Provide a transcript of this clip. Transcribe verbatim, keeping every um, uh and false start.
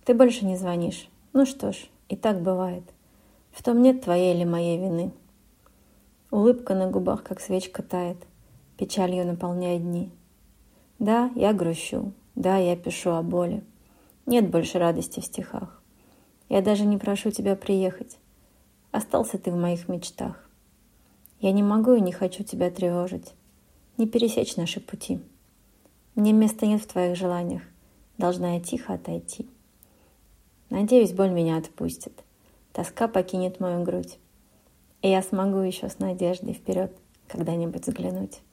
Ты больше не звонишь. Ну что ж, и так бывает. В том нет твоей или моей вины. Улыбка на губах, как свечка, тает, печалью наполняя дни. Да, я грущу, да, я пишу о боли. Нет больше радости в стихах. Я даже не прошу тебя приехать. Остался ты в моих мечтах. Я не могу и не хочу тебя тревожить. Не пересечь наши пути. Мне места нет в твоих желаниях. Должна я тихо отойти. Надеюсь, боль меня отпустит. Тоска покинет мою грудь. И я смогу еще с надеждой вперед когда-нибудь взглянуть.